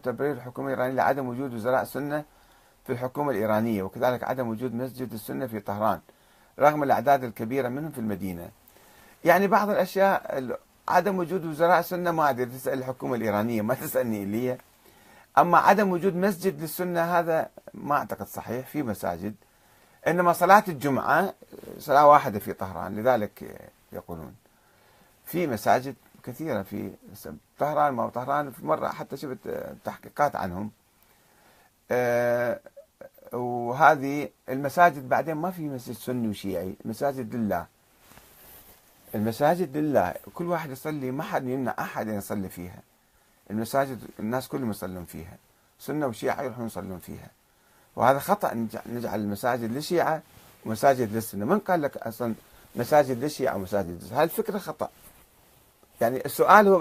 تبرير الحكومة الإيرانية لعدم وجود وزراء سنة في الحكومة الإيرانية، وكذلك عدم وجود مسجد السنة في طهران رغم الأعداد الكبيرة منهم في المدينة. يعني بعض الأشياء عدم وجود وزراء سنة ما أدري، تسأل الحكومة الإيرانية ما تسألني لي. أما عدم وجود مسجد للسنة هذا ما أعتقد صحيح، في مساجد، إنما صلاة الجمعة صلاة واحدة في طهران، لذلك يقولون في مساجد كثيرة في طهران. ما طهران في مرة حتى شفت تحقيقات عنهم. وهذه المساجد بعدين ما في مسجد سني وشيعي، المساجد لله، المساجد لله، كل واحد يصلي، ما حد يمنع أحد أن يصلي فيها. المساجد الناس كلهم يصلون فيها، سنة وشيعة يروحون يصلون فيها. وهذا خطأ نجعل المساجد للشيعة ومساجد للسنة. من قال لك أصلا مساجد للشيعة ومساجد للسنة؟ هذه الفكرة خطأ. يعني السؤال هو